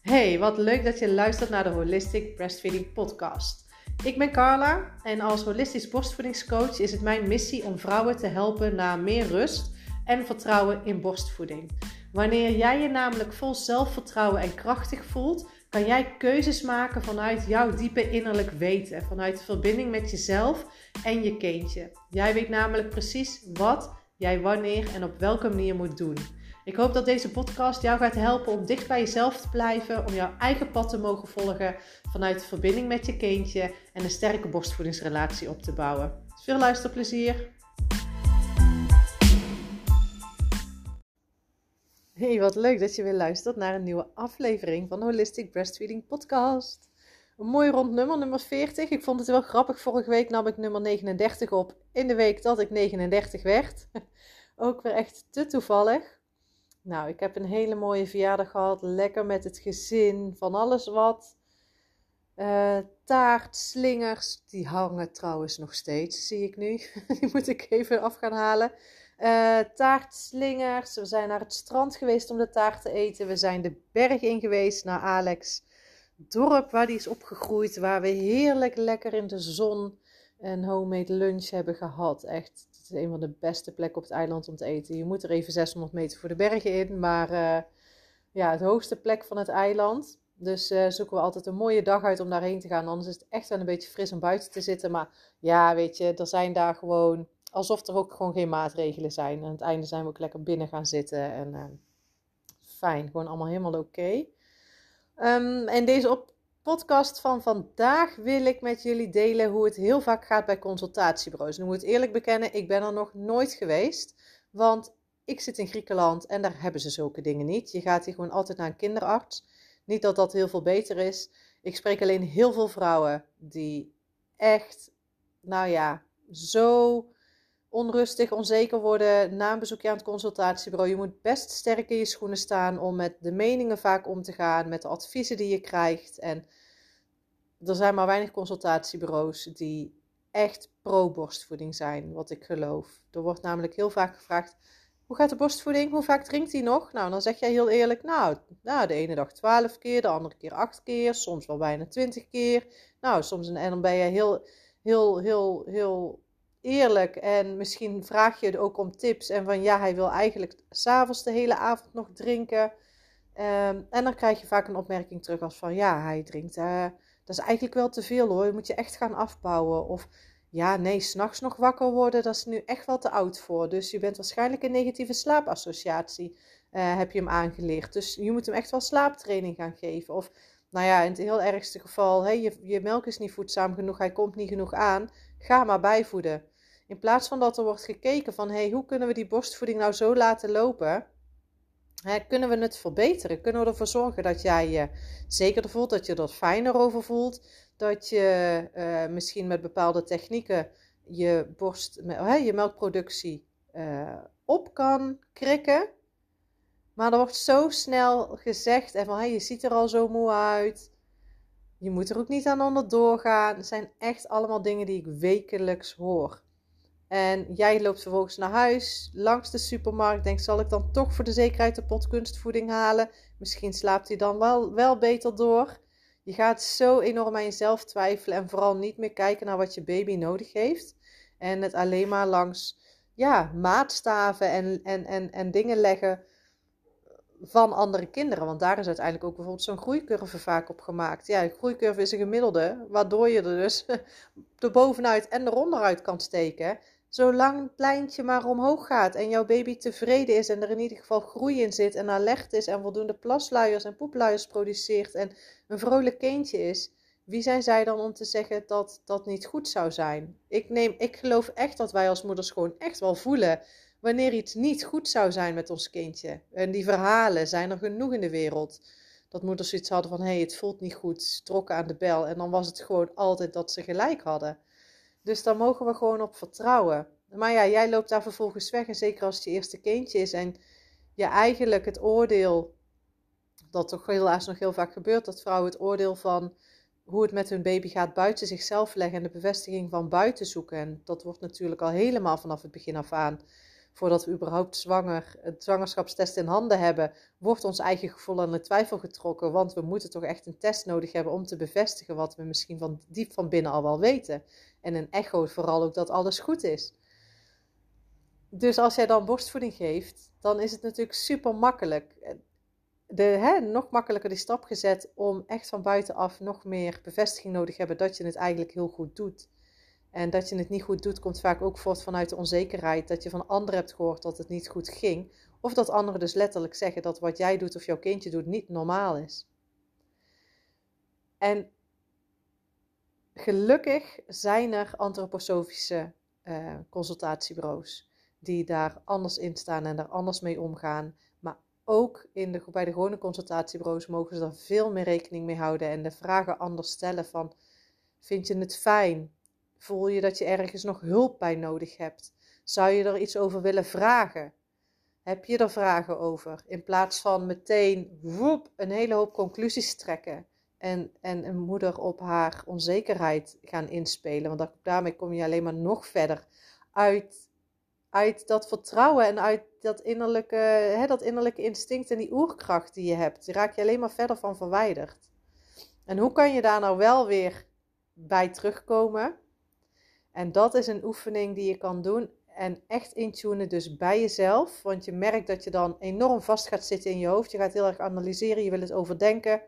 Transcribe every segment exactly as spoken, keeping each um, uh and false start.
Hey, wat leuk dat je luistert naar de Holistic Breastfeeding Podcast. Ik ben Carla en als holistisch borstvoedingscoach is het mijn missie om vrouwen te helpen naar meer rust en vertrouwen in borstvoeding. Wanneer jij je namelijk vol zelfvertrouwen en krachtig voelt, kan jij keuzes maken vanuit jouw diepe innerlijk weten, vanuit de verbinding met jezelf en je kindje. Jij weet namelijk precies wat jij wanneer en op welke manier moet doen. Ik hoop dat deze podcast jou gaat helpen om dicht bij jezelf te blijven, om jouw eigen pad te mogen volgen vanuit de verbinding met je kindje en een sterke borstvoedingsrelatie op te bouwen. Veel luisterplezier! Hey, wat leuk dat je weer luistert naar een nieuwe aflevering van de Holistic Breastfeeding Podcast. Een mooi rond nummer, nummer veertig. Ik vond het wel grappig, vorige week nam ik nummer negenendertig op in de week dat ik negenendertig werd. Ook weer echt te toevallig. Nou, ik heb een hele mooie verjaardag gehad. Lekker met het gezin, van alles wat. Uh, taart, slingers. Die hangen trouwens nog steeds, zie ik nu. Die moet ik even af gaan halen. Uh, taart, slingers. We zijn naar het strand geweest om de taart te eten. We zijn de berg in geweest naar Alex dorp, waar die is opgegroeid. Waar we heerlijk lekker in de zon een homemade lunch hebben gehad. Echt. Het is een van de beste plekken op het eiland om te eten. Je moet er even zeshonderd meter voor de bergen in. Maar uh, ja, het hoogste plek van het eiland. Dus uh, zoeken we altijd een mooie dag uit om daarheen te gaan. Anders is het echt wel een beetje fris om buiten te zitten. Maar ja, weet je, er zijn daar gewoon... Alsof er ook gewoon geen maatregelen zijn. En aan het einde zijn we ook lekker binnen gaan zitten. En uh, fijn, gewoon allemaal helemaal oké. Okay. Um, en deze op... podcast van vandaag wil ik met jullie delen hoe het heel vaak gaat bij consultatiebureaus. Nu moet ik eerlijk bekennen, ik ben er nog nooit geweest, want ik zit in Griekenland en daar hebben ze zulke dingen niet. Je gaat hier gewoon altijd naar een kinderarts. Niet dat dat heel veel beter is. Ik spreek alleen heel veel vrouwen die echt, nou ja, zo onrustig, onzeker worden na een bezoekje aan het consultatiebureau. Je moet best sterk in je schoenen staan om met de meningen vaak om te gaan, met de adviezen die je krijgt. En er zijn maar weinig consultatiebureaus die echt pro-borstvoeding zijn, wat ik geloof. Er wordt namelijk heel vaak gevraagd, hoe gaat de borstvoeding? Hoe vaak drinkt hij nog? Nou, dan zeg jij heel eerlijk, nou, nou de ene dag twaalf keer, de andere keer acht keer, soms wel bijna twintig keer. Nou, soms en dan ben je heel, heel, heel, heel... eerlijk en misschien vraag je het ook om tips en van ja, hij wil eigenlijk 's avonds de hele avond nog drinken. Um, en dan krijg je vaak een opmerking terug als van ja, hij drinkt, uh, dat is eigenlijk wel te veel hoor, je moet je echt gaan afbouwen. Of ja, nee, 's nachts nog wakker worden, dat is nu echt wel te oud voor. Dus je bent waarschijnlijk een negatieve slaapassociatie, uh, heb je hem aangeleerd. Dus je moet hem echt wel slaaptraining gaan geven. Of nou ja, in het heel ergste geval, hey, je, je melk is niet voedzaam genoeg, hij komt niet genoeg aan, ga maar bijvoeden. In plaats van dat er wordt gekeken van, hey, hoe kunnen we die borstvoeding nou zo laten lopen? Hè, kunnen we het verbeteren? Kunnen we ervoor zorgen dat jij je zekerder voelt, dat je er fijner over voelt? Dat je uh, misschien met bepaalde technieken je, borst, uh, je melkproductie uh, op kan krikken? Maar er wordt zo snel gezegd, en van, hey, je ziet er al zo moe uit. Je moet er ook niet aan onderdoor gaan. Het zijn echt allemaal dingen die ik wekelijks hoor. En jij loopt vervolgens naar huis, langs de supermarkt, denkt, zal ik dan toch voor de zekerheid de pot kunstvoeding halen? Misschien slaapt hij dan wel, wel beter door. Je gaat zo enorm aan jezelf twijfelen en vooral niet meer kijken naar wat je baby nodig heeft. En het alleen maar langs ja, maatstaven en, en, en, en dingen leggen van andere kinderen. Want daar is uiteindelijk ook bijvoorbeeld zo'n groeicurve vaak op gemaakt. Ja, een groeicurve is een gemiddelde, waardoor je er dus er bovenuit en eronderuit kan steken. Zolang het lijntje maar omhoog gaat en jouw baby tevreden is en er in ieder geval groei in zit en alert is en voldoende plasluiers en poepluiers produceert en een vrolijk kindje is, wie zijn zij dan om te zeggen dat dat niet goed zou zijn? Ik, neem, ik geloof echt dat wij als moeders gewoon echt wel voelen wanneer iets niet goed zou zijn met ons kindje. En die verhalen zijn er genoeg in de wereld. Dat moeders zoiets hadden van, hé, hey, het voelt niet goed, ze trokken aan de bel. En dan was het gewoon altijd dat ze gelijk hadden. Dus daar mogen we gewoon op vertrouwen. Maar ja, jij loopt daar vervolgens weg. En zeker als het je eerste kindje is. En je eigenlijk het oordeel, dat toch helaas nog heel vaak gebeurt, dat vrouwen het oordeel van hoe het met hun baby gaat buiten zichzelf leggen. En de bevestiging van buiten zoeken. En dat wordt natuurlijk al helemaal vanaf het begin af aan voordat we überhaupt zwanger, het zwangerschapstest in handen hebben, wordt ons eigen gevoel aan de twijfel getrokken. Want we moeten toch echt een test nodig hebben om te bevestigen wat we misschien van diep van binnen al wel weten. En een echo vooral ook dat alles goed is. Dus als jij dan borstvoeding geeft, dan is het natuurlijk super makkelijk. De, hè, nog makkelijker die stap gezet om echt van buitenaf nog meer bevestiging nodig hebben dat je het eigenlijk heel goed doet. En dat je het niet goed doet, komt vaak ook voort vanuit de onzekerheid. Dat je van anderen hebt gehoord dat het niet goed ging. Of dat anderen dus letterlijk zeggen dat wat jij doet of jouw kindje doet niet normaal is. En gelukkig zijn er antroposofische uh, consultatiebureaus die daar anders in staan en daar anders mee omgaan. Maar ook in de, bij de gewone consultatiebureaus mogen ze er veel meer rekening mee houden en de vragen anders stellen van, vind je het fijn? Voel je dat je ergens nog hulp bij nodig hebt? Zou je er iets over willen vragen? Heb je er vragen over? In plaats van meteen woep, een hele hoop conclusies trekken. En, en een moeder op haar onzekerheid gaan inspelen. Want daarmee kom je alleen maar nog verder uit, uit dat vertrouwen. En uit dat innerlijke, hè, dat innerlijke instinct en die oerkracht die je hebt. Die raak je alleen maar verder van verwijderd. En hoe kan je daar nou wel weer bij terugkomen? En dat is een oefening die je kan doen en echt intunen dus bij jezelf. Want je merkt dat je dan enorm vast gaat zitten in je hoofd. Je gaat heel erg analyseren, je wil het overdenken.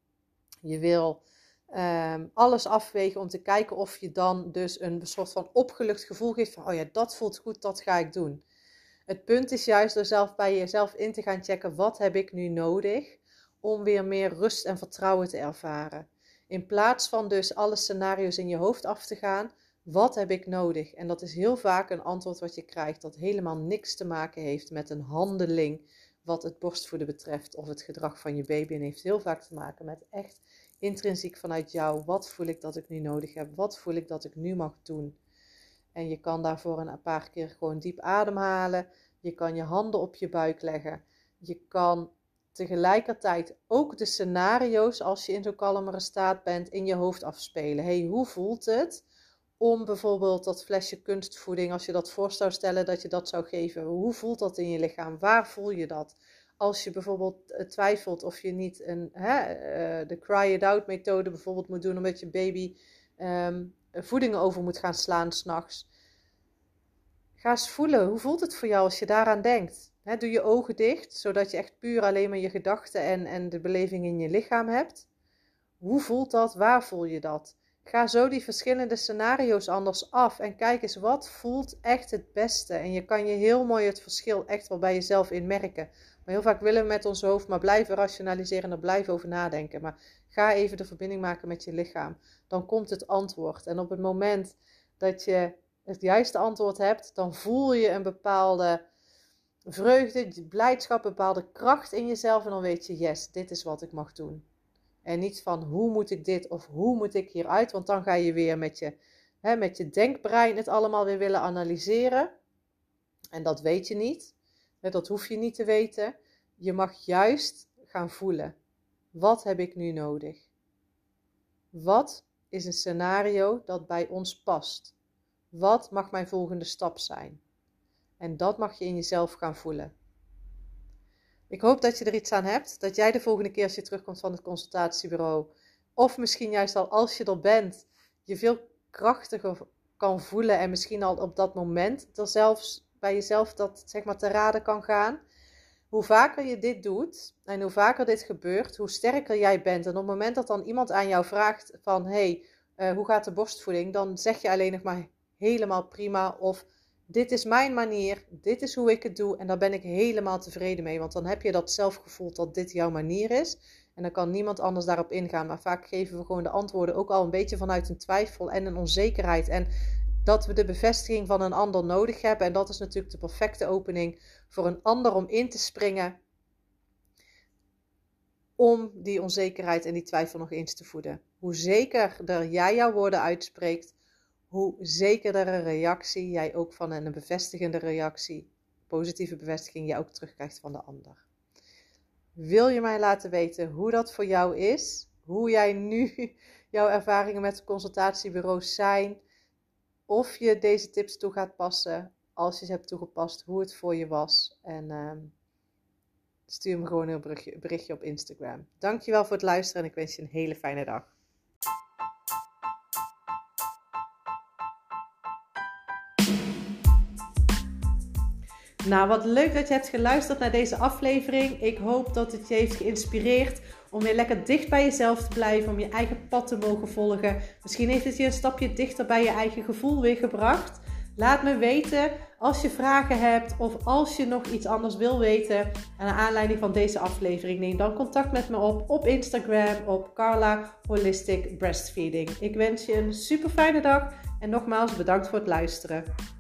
Je wil um, alles afwegen om te kijken of je dan dus een soort van opgelucht gevoel geeft van, oh ja, dat voelt goed, dat ga ik doen. Het punt is juist door zelf bij jezelf in te gaan checken, wat heb ik nu nodig om weer meer rust en vertrouwen te ervaren. In plaats van dus alle scenario's in je hoofd af te gaan, wat heb ik nodig? En dat is heel vaak een antwoord wat je krijgt dat helemaal niks te maken heeft met een handeling wat het borstvoeden betreft of het gedrag van je baby. En heeft heel vaak te maken met echt intrinsiek vanuit jou. Wat voel ik dat ik nu nodig heb? Wat voel ik dat ik nu mag doen? En je kan daarvoor een paar keer gewoon diep ademhalen. Je kan je handen op je buik leggen. Je kan tegelijkertijd ook de scenario's, als je in zo'n kalmere staat bent, in je hoofd afspelen. Hey, hoe voelt het om bijvoorbeeld dat flesje kunstvoeding, als je dat voor zou stellen dat je dat zou geven, hoe voelt dat in je lichaam? Waar voel je dat? Als je bijvoorbeeld twijfelt of je niet een, hè, uh, de cry it out methode bijvoorbeeld moet doen, omdat je baby um, voedingen over moet gaan slaan 's nachts. Ga eens voelen, hoe voelt het voor jou als je daaraan denkt? He, doe je ogen dicht, zodat je echt puur alleen maar je gedachten en, en de beleving in je lichaam hebt. Hoe voelt dat? Waar voel je dat? Ga zo die verschillende scenario's anders af en kijk eens wat voelt echt het beste. En je kan je heel mooi het verschil echt wel bij jezelf inmerken. Maar heel vaak willen we met ons hoofd maar blijven rationaliseren en er blijven over nadenken. Maar ga even de verbinding maken met je lichaam. Dan komt het antwoord. En op het moment dat je het juiste antwoord hebt, dan voel je een bepaalde vreugde, blijdschap, een bepaalde kracht in jezelf. En dan weet je, yes, dit is wat ik mag doen. En niet van, hoe moet ik dit of hoe moet ik hieruit? Want dan ga je weer met je, hè, met je denkbrein het allemaal weer willen analyseren. En dat weet je niet. Dat hoef je niet te weten. Je mag juist gaan voelen. Wat heb ik nu nodig? Wat is een scenario dat bij ons past? Wat mag mijn volgende stap zijn? En dat mag je in jezelf gaan voelen. Ik hoop dat je er iets aan hebt. Dat jij de volgende keer als je terugkomt van het consultatiebureau, of misschien juist al als je er bent, je veel krachtiger kan voelen. En misschien al op dat moment er zelfs bij jezelf dat zeg maar te raden kan gaan. Hoe vaker je dit doet en hoe vaker dit gebeurt, hoe sterker jij bent. En op het moment dat dan iemand aan jou vraagt van, hey, uh, hoe gaat de borstvoeding? Dan zeg je alleen nog maar helemaal prima of dit is mijn manier, dit is hoe ik het doe en daar ben ik helemaal tevreden mee. Want dan heb je dat zelfgevoel dat dit jouw manier is en dan kan niemand anders daarop ingaan. Maar vaak geven we gewoon de antwoorden ook al een beetje vanuit een twijfel en een onzekerheid. En dat we de bevestiging van een ander nodig hebben. En dat is natuurlijk de perfecte opening voor een ander om in te springen. Om die onzekerheid en die twijfel nog eens te voeden. Hoe zekerder jij jouw woorden uitspreekt, hoe zekerder reactie jij ook van een bevestigende reactie, positieve bevestiging, jij ook terugkrijgt van de ander. Wil je mij laten weten hoe dat voor jou is? Hoe jij nu jouw ervaringen met consultatiebureaus zijn? Of je deze tips toe gaat passen? als je ze hebt toegepast, hoe het voor je was. En uh, stuur me gewoon een berichtje, berichtje op Instagram. Dankjewel voor het luisteren en ik wens je een hele fijne dag. Nou, wat leuk dat je hebt geluisterd naar deze aflevering. Ik hoop dat het je heeft geïnspireerd om weer lekker dicht bij jezelf te blijven, om je eigen pad te mogen volgen. Misschien heeft het je een stapje dichter bij je eigen gevoel weer gebracht. Laat me weten als je vragen hebt of als je nog iets anders wil weten. Naar aanleiding van deze aflevering, neem dan contact met me op op Instagram op Carla Holistic Breastfeeding. Ik wens je een super fijne dag en nogmaals bedankt voor het luisteren.